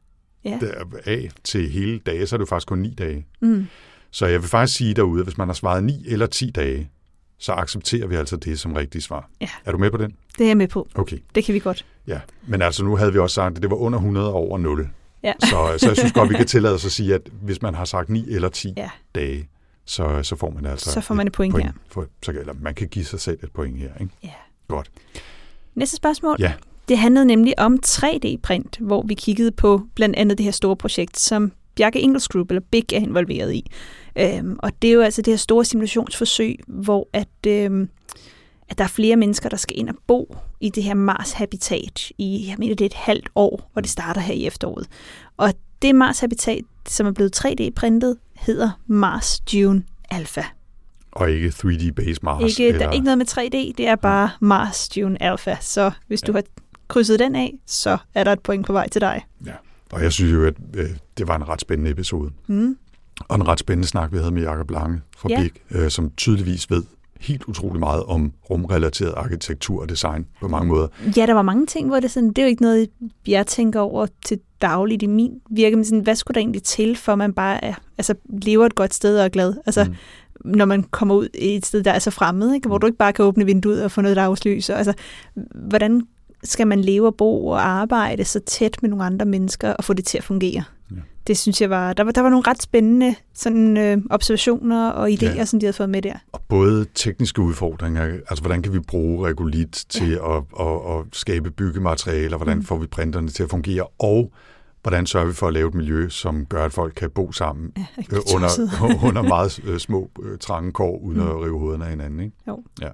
af til hele dage, så er det jo faktisk kun 9 dage. Så jeg vil faktisk sige derude, at hvis man har svaret 9 eller 10 dage, så accepterer vi altså det som rigtigt svar. Ja. Er du med på den? Det er jeg med på. Okay. Det kan vi godt. Ja, men altså nu havde vi også sagt, at det var under 100 og over 0. Ja. Så jeg synes godt, vi kan tillade os at sige, at hvis man har sagt 9 eller 10 dage, så får man altså... Så får man et point her. Eller man kan give sig selv et point her, ikke? Ja. Godt. Næste spørgsmål. Ja. Det handlede nemlig om 3D-print, hvor vi kiggede på blandt andet det her store projekt, som Bjarke Ingels Group, eller BIG, er involveret i. Og det er jo altså det her store simulationsforsøg, hvor at der er flere mennesker, der skal ind og bo i det her Mars-habitat i, jeg mener, det er et halvt år, hvor det starter her i efteråret. Og det Mars-habitat, som er blevet 3D-printet, hedder Mars Dune Alpha. Og ikke 3D Base Mars? Der er ikke noget med 3D, det er bare Mars Dune Alpha. Så hvis du har krydset den af, så er der et point på vej til dig. Ja, og jeg synes jo, at det var en ret spændende episode. Og en ret spændende snak, vi havde med Jakob Lange fra BIG, som tydeligvis ved helt utrolig meget om rumrelateret arkitektur og design på mange måder. Ja, der var mange ting, hvor det er jo ikke noget, jeg tænker over til dagligt i min virke, men sådan, hvad skulle der egentlig til, for man bare lever et godt sted og er glad? Altså, når man kommer ud i et sted, der er så fremmed, ikke? Hvor du ikke bare kan åbne vinduet og få noget dagslys. Altså, hvordan skal man leve og bo og arbejde så tæt med nogle andre mennesker og få det til at fungere? Ja. Det synes jeg var, der var nogle ret spændende sådan, observationer og idéer, som de havde fået med der. Og både tekniske udfordringer, altså hvordan kan vi bruge regolith til at skabe byggematerialer, hvordan får vi printerne til at fungere, og hvordan sørger vi for at lave et miljø, som gør, at folk kan bo sammen under meget små, trange kår, uden at rive hovederne af hinanden. Ikke? Jo. Ja.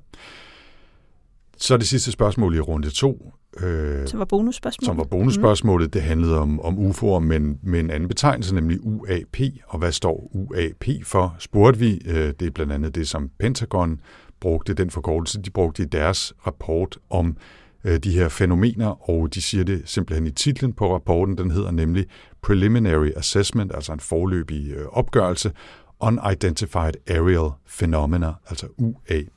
Så det sidste spørgsmål i runde 2. Som var bonusspørgsmålet. Som var bonusspørgsmålet. Det handlede om UFO'er, men med en anden betegnelse, nemlig UAP. Og hvad står UAP for, spurgte vi. Det er blandt andet det, som Pentagon brugte den forkortelse, de brugte i deres rapport om de her fænomener, og de siger det simpelthen i titlen på rapporten. Den hedder nemlig Preliminary Assessment, altså en foreløbig opgørelse, Unidentified Aerial Phenomena, altså UAP,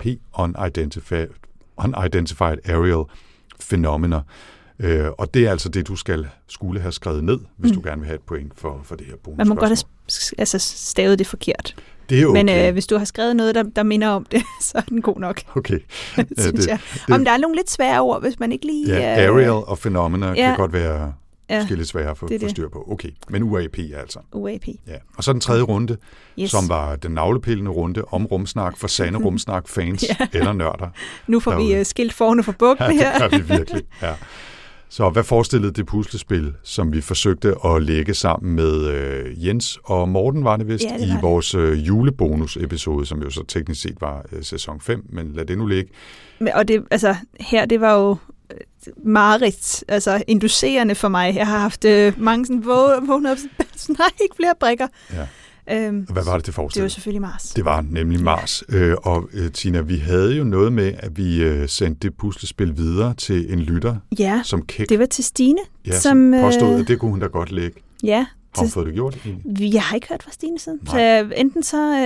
Unidentified Aerial Phenomena. Og det er altså det, du skulle have skrevet ned, hvis du gerne vil have et point for det her bonusspørgsmål. Man må godt have stavet det forkert. Det er okay. Men hvis du har skrevet noget, der minder om det, så er den god nok. Okay. Synes jeg. Om der er nogle lidt svære ord, hvis man ikke lige... Ja, aerial og phenomena kan godt være måske lidt svære at få styr på. Okay, men UAP altså. UAP. Ja. Og så den tredje runde, som var den navlepillende runde om rumsnak for sande rumsnak fans eller nørder. Nu får vi skilt forne for bukken her. Ja, det gør vi virkelig, ja. Så hvad forestillede det puslespil, som vi forsøgte at lægge sammen med Jens og Morten, var det vist, i vores julebonus-episode, som jo så teknisk set var sæson 5, men lad det nu ligge. Og det, altså, det var jo mareridt, altså inducerende for mig. Jeg har haft mange sådan vågne op, nej, ikke flere brikker. Ja. Hvad var det forestillede? Det var selvfølgelig Mars. Det var nemlig Mars. Og Tina, vi havde jo noget med, at vi sendte det puslespil videre til en lytter, som Kæk. Det var til Stine. Som påstod, at det kunne hun da godt lægge. Ja. Har hun fået det gjort egentlig? Jeg har ikke hørt fra Stine siden. Så enten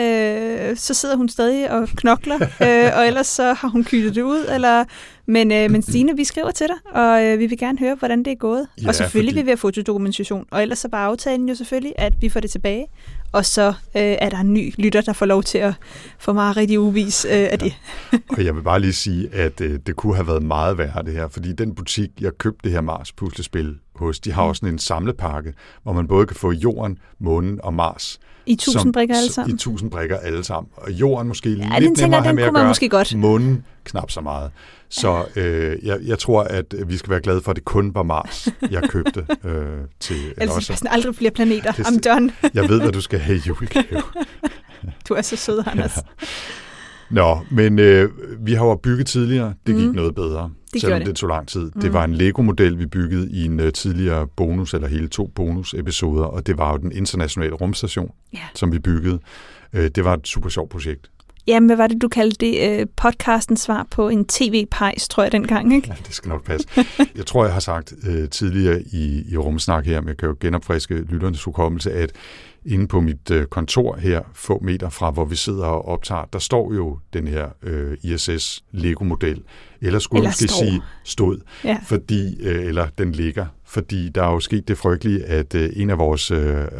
så sidder hun stadig og knokler, og ellers så har hun kylet det ud. Eller, men Stine, vi skriver til dig, og vi vil gerne høre, hvordan det er gået. Ja, og selvfølgelig vil vi have fotodokumentation. Og ellers så bare aftalen jo selvfølgelig, at vi får det tilbage. Og så er der en ny lytter, der får lov til at få meget rigtig uvis af det. Og jeg vil bare lige sige, at det kunne have været meget værre det her, fordi den butik, jeg købte det her Mars-puslespil hos, de har også sådan en samlepakke, hvor man både kan få jorden, månen og Mars. I 1000 brikker alle sammen? I 1000 brikker alle sammen. Og jorden måske lidt den nemmere at have med at gøre. Måske godt. Månen knap så meget. Så jeg tror, at vi skal være glade for, at det kun var Mars, jeg købte til. Altså sådan aldrig flere planeter. I'm done. Jeg ved, hvad du skal have i julegave. Du er så sød, Anders. Ja. Nå, men vi har jo bygget tidligere. Det gik noget bedre, selvom det tog lang tid. Det var en Lego-model, vi byggede i en tidligere bonus, eller hele 2 bonus-episoder, og det var jo den internationale rumstation, som vi byggede. Det var et super sjovt projekt. Jamen, hvad var det, du kaldte det? Podcastens svar på en tv-pejs, tror jeg, dengang, ikke? Ja, det skal nok passe. Jeg tror, jeg har sagt tidligere i Rumsnak her, men jeg kan jo genopfriske lytternes hukommelse, at inde på mit kontor her, få meter fra, hvor vi sidder og optager, der står jo den her ISS Lego-model. Eller skulle måske sige stod, fordi, eller den ligger. Fordi der er jo sket det frygtelige, at en af vores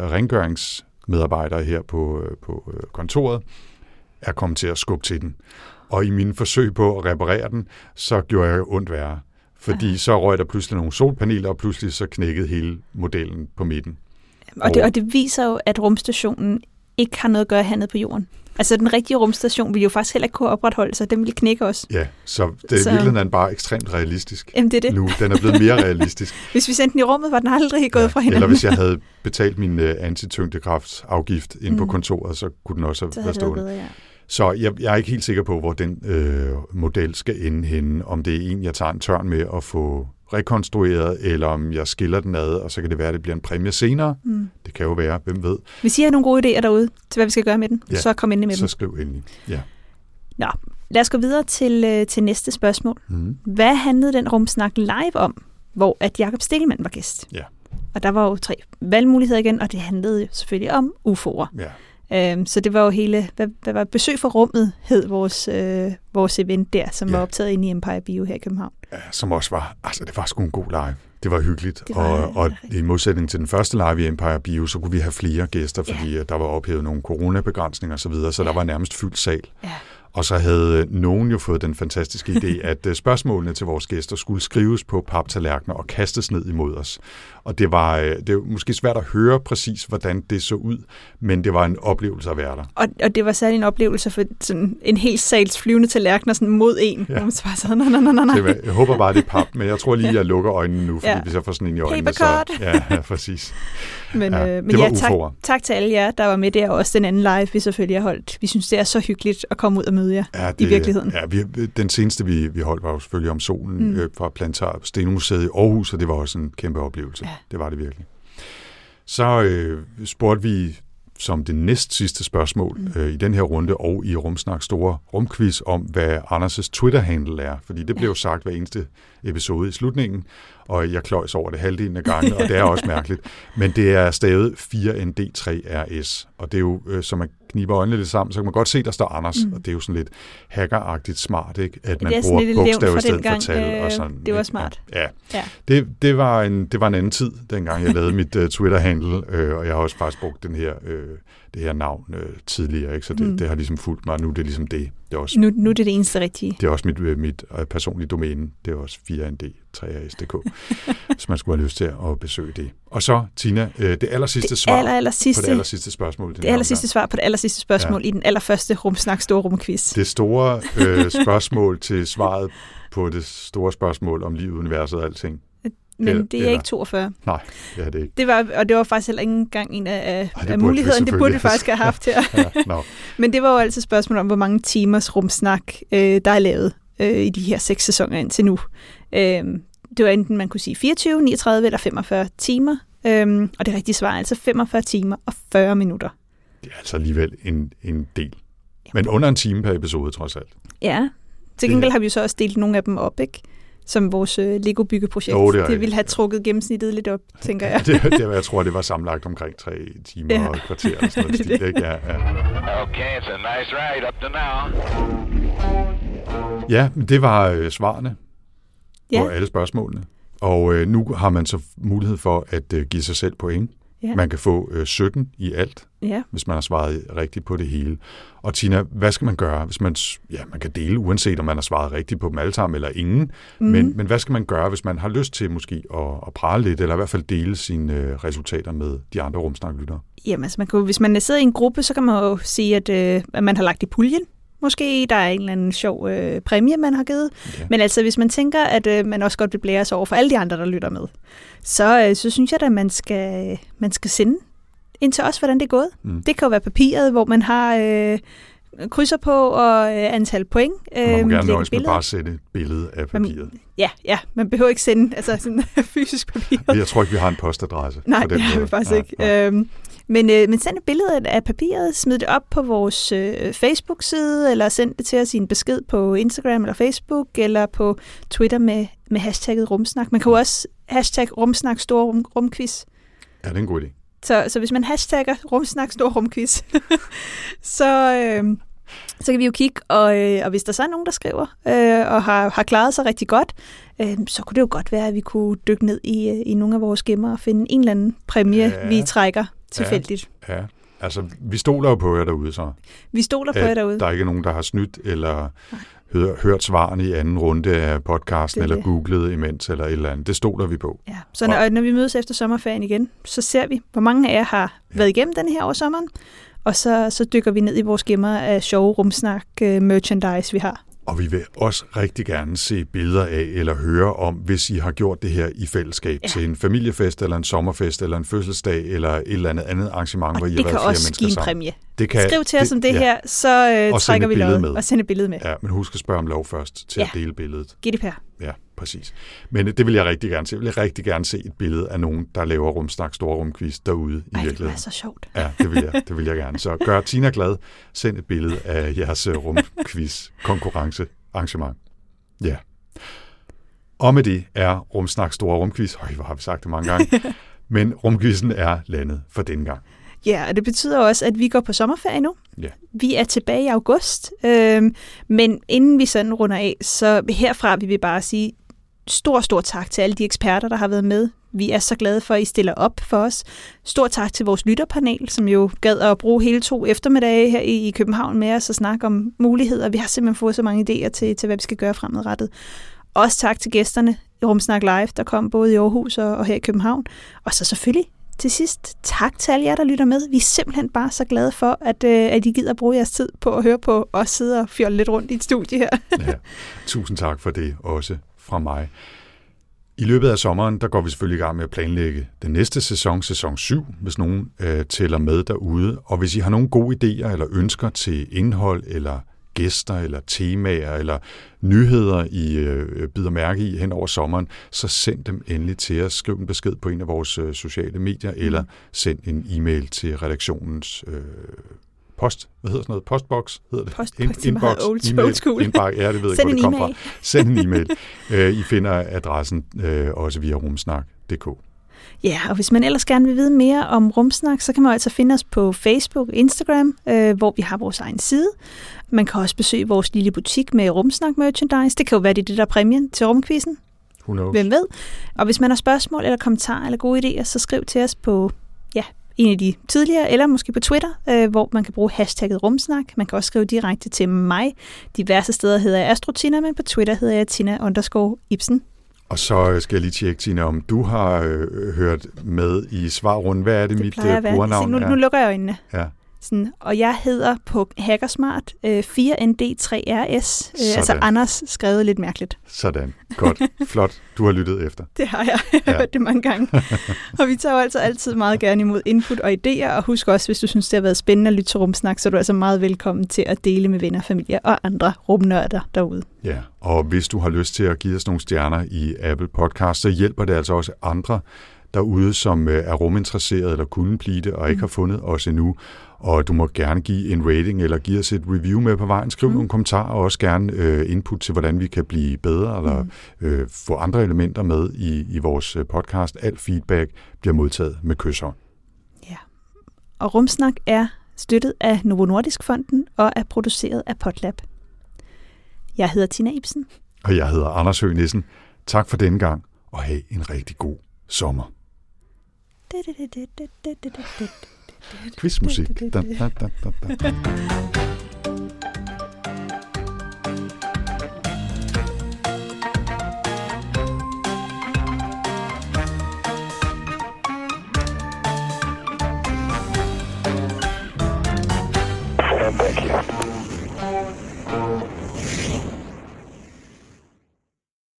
rengøringsmedarbejdere her på kontoret er kommet til at skubbe til den. Og i mine forsøg på at reparere den, så gjorde jeg ondt værre. Fordi så røg der pludselig nogle solpaneler, og pludselig så knækkede hele modellen på midten. Og det viser jo, at rumstationen ikke har noget at gøre hernede på jorden. Altså den rigtige rumstation ville jo faktisk heller ikke kunne opretholde sig. Den ville knække os. Ja, så det er virkelig bare ekstremt realistisk. Jamen, det er det. Nu. Den er blevet mere realistisk. Hvis vi sendte den i rummet, var den aldrig gået fra hinanden. Eller hvis jeg havde betalt min antityngdekraftsafgift inde på kontoret, så kunne den også have været stående. Bedre, Så jeg er ikke helt sikker på, hvor den model skal ende henne. Om det er en, jeg tager en tørn med at få rekonstrueret, eller om jeg skiller den ad, og så kan det være, at det bliver en præmie senere. Det kan jo være, hvem ved. Hvis I har nogle gode idéer derude til, hvad vi skal gøre med den, så kom endelig med så dem. Så skriv endelig, Nå, lad os gå videre til næste spørgsmål. Hvad handlede den rumsnak live om, hvor at Jakob Stikkelmann var gæst? Ja. Og der var jo 3 valgmuligheder igen, og det handlede jo selvfølgelig om UFO'er. Ja. Så det var jo hele, hvad var besøg for rummet, hed vores event der, som var optaget inde i Empire Bio her i København. Ja, som også var, altså det var sgu en god live. Det var hyggeligt, og i modsætning til den første live i Empire Bio, så kunne vi have flere gæster, fordi der var ophævet nogle coronabegrænsninger osv., så der var nærmest fyldt sal. Ja. Og så havde nogen jo fået den fantastiske idé, at spørgsmålene til vores gæster skulle skrives på paptallerkener og kastes ned imod os. Og det var måske svært at høre præcis, hvordan det så ud, men det var en oplevelse at være der. Og det var særlig en oplevelse for sådan en hel sals flyvende tallerkener sådan mod en. Ja. Man bare så, nej. Jeg håber bare, det er pap, men jeg tror lige, jeg lukker øjnene nu, fordi hvis jeg får sådan en i øjnene, så... Ja, præcis. Men tak til alle jer, der var med der, og også den anden live, vi selvfølgelig har holdt. Vi synes, det er så hyggeligt at komme ud og møde jer i virkeligheden. Ja, den seneste, vi holdt, var jo selvfølgelig om solen fra Planetariet på Stenmuseet i Aarhus, og det var også en kæmpe oplevelse. Ja. Det var det virkelig. Så spurgte vi som det næst sidste spørgsmål i den her runde, og i Rumsnak store rumquiz om, hvad Anders' Twitter-handle er. Fordi det blev jo sagt hver eneste episode i slutningen, og jeg kløjs over det halvdelen af gangen, og det er også mærkeligt. Men det er stavet 4ND3RS, og det er jo, som man kniber øjnene lidt sammen, så kan man godt se, der står Anders, og det er jo sådan lidt hackeragtigt smart, ikke? At man bruger bogstav i stedet for tal. Og sådan, det var smart. Ja. Det var en anden tid, dengang jeg lavede mit Twitter-handle, og jeg har også faktisk brugt det her navn tidligere, ikke? Så det har ligesom fulgt mig. Nu er det ligesom det. Det er også, nu er det eneste rigtige. Det er også mit personlige domæne. Det er også 4ND3RS.dk, hvis man skulle have lyst til at besøge det. Og så, Tina, det allersidste svar på det allersidste spørgsmål. Det allersidste svar på det allersidste spørgsmål i den allerførste Rumsnak store rumquiz. Det store spørgsmål til svaret på det store spørgsmål om livet, universet og alting. Men det er ikke 42. Nej, det er det ikke. Det var faktisk heller ikke engang en af mulighederne. Det burde vi faktisk have haft her. Men det var jo altid spørgsmål om, hvor mange timers rumsnak, der er lavet i de her 6 sæsoner indtil nu. Det var enten, man kunne sige 24, 39 eller 45 timer. Og det rigtige svar er altså 45 timer og 40 minutter. Det er altså alligevel en del. Men under en time per episode, trods alt. Ja. Til gengæld har vi jo så også delt nogle af dem op, ikke? Som vores Lego-byggeprojekt. Det ville have trukket gennemsnittet lidt op, tænker jeg. Jeg tror, det var sammenlagt omkring 3 timer og et kvarter. Eller sådan noget stil, ikke? Ja. Okay, it's a nice ride up to now. Ja, men det var svarene på alle spørgsmålene. Og nu har man så mulighed for at give sig selv point. Ja. Man kan få 17 i alt, hvis man har svaret rigtigt på det hele. Og Tina, hvad skal man gøre, hvis man kan dele, uanset om man har svaret rigtigt på dem alle sammen eller ingen. Men hvad skal man gøre, hvis man har lyst til måske at prale lidt, eller i hvert fald dele sine resultater med de andre rumsnak-lyttere? Jamen, altså hvis man sidder i en gruppe, så kan man jo sige, at man har lagt i puljen. Måske der er en eller anden sjov præmie, man har givet. Ja. Men altså, hvis man tænker, at man også godt vil blære sig over for alle de andre, der lytter med, så synes jeg da, at man skal sende ind til os, hvordan det er gået. Det kan jo være papiret, hvor man har krydser på og antal point. Man må gerne nøjes med bare at sætte et billede af papiret. Man behøver ikke sende sådan fysisk papir. Jeg tror ikke, vi har en postadresse. Nej, det har vi faktisk ikke. Men send et billede af papiret, smid det op på vores Facebook-side, eller send det til os i en besked på Instagram eller Facebook, eller på Twitter med hashtagget rumsnak. Man kan jo også hashtag rumsnak store rumquiz. Ja, det er en god idé. Så hvis man hashtagger rumsnak store rumquiz, så kan vi jo kigge, og hvis der så er nogen, der skriver og har klaret sig rigtig godt, så kunne det jo godt være, at vi kunne dykke ned i nogle af vores gemmer og finde en eller anden præmie, vi trækker tilfældigt. Ja, altså vi stoler jo på jer derude så. Vi stoler på jer derude. Der er ikke nogen, der har snydt eller hørt svarene i anden runde af podcasten, eller googlet imens, eller et eller andet. Det stoler vi på. Ja, så når vi mødes efter sommerferien igen, så ser vi, hvor mange af jer har været igennem den her over sommeren, og så dykker vi ned i vores gemmer af sjove rumsnak merchandise, vi har. Og vi vil også rigtig gerne se billeder af eller høre om, hvis I har gjort det her i fællesskab til en familiefest, eller en sommerfest, eller en fødselsdag, eller et eller andet arrangement, hvor I har været flere mennesker sammen. Og det kan også give en præmie. Skriv til os om det her, så trækker vi løjet og sender billedet med. Ja, men husk at spørge om lov først til at dele billedet. GDPR. Ja, præcis. Men det vil jeg rigtig gerne se. Jeg vil rigtig gerne se et billede af nogen, der laver rumsnak store rumquiz derude i virkeligheden. Det er så sjovt. Ja, det vil jeg gerne. Så gør Tina glad. Send et billede af jeres rumquiz konkurrencearrangement. Ja. Og med det er rumsnak store rumquiz. Hvor har vi sagt det mange gange. Men rumquizzen er landet for denne gang. Ja, og det betyder også, at vi går på sommerferie nu. Ja. Vi er tilbage i august, men inden vi sådan runder af, så herfra vil vi bare sige stor tak til alle de eksperter, der har været med. Vi er så glade for, at I stiller op for os. Stor tak til vores lytterpanel, som jo gad at bruge hele 2 eftermiddage her i København med os og snakke om muligheder. Vi har simpelthen fået så mange idéer til hvad vi skal gøre fremadrettet. Også tak til gæsterne i Rumsnak Live, der kom både i Aarhus og her i København. Og så selvfølgelig til sidst, tak til alle jer, der lytter med. Vi er simpelthen bare så glade for, at I gider bruge jeres tid på at høre på os sidde og fjolle lidt rundt i et studie her. Ja, tusind tak for det også fra mig. I løbet af sommeren, der går vi selvfølgelig i gang med at planlægge den næste sæson 7, hvis nogen tæller med derude. Og hvis I har nogle gode idéer eller ønsker til indhold eller gæster eller temaer eller nyheder, I bider mærke i hen over sommeren, så send dem endelig til os. Skriv en besked på en af vores sociale medier, eller send en e-mail til redaktionens postbox hedder det? Inbox, old school. Ja, det ved jeg ikke, hvor det kommer fra. Send en e-mail. I finder adressen også via rumsnak.dk. Ja, og hvis man ellers gerne vil vide mere om Rumsnak, så kan man altså finde os på Facebook og Instagram, hvor vi har vores egen side. Man kan også besøge vores lille butik med Rumsnak merchandise. Det kan jo være det der præmien til rumquizzen. Hvem ved? Og hvis man har spørgsmål eller kommentarer eller gode idéer, så skriv til os på en af de tidligere, eller måske på Twitter, hvor man kan bruge hashtagget Rumsnak. Man kan også skrive direkte til mig. Diverse steder hedder jeg Astrotina, men på Twitter hedder jeg Tina_Ibsen. Og så skal jeg lige tjekke, Tina, om du har hørt med i svarrunden. Hvad er det mit brugernavn? Nu lukker jeg øjnene. Ja. Sådan, og jeg hedder på Hackersmart 4ND3RS, altså Anders skrevet lidt mærkeligt. Sådan, godt, flot, du har lyttet efter. Det har jeg, hørt det mange gange. Og vi tager jo altså altid meget gerne imod input og idéer, og husk også, hvis du synes, det har været spændende at lytte til Rumsnak, så er du altså meget velkommen til at dele med venner, familie og andre rumnørder derude. Ja, og hvis du har lyst til at give os nogle stjerner i Apple Podcast, så hjælper det altså også andre derude, som er ruminteresseret eller kunne blive det, og ikke har fundet os endnu. Og du må gerne give en rating eller give os et review med på vejen. Skriv nogle kommentarer og også gerne input til, hvordan vi kan blive bedre eller få andre elementer med i vores podcast. Alt feedback bliver modtaget med kyshånd. Ja, og Rumsnak er støttet af Novo Nordisk Fonden og er produceret af Potlab. Jeg hedder Tina Ibsen. Og jeg hedder Anders Høgh Nissen. Tak for denne gang, og have en rigtig god sommer. Quizmusik.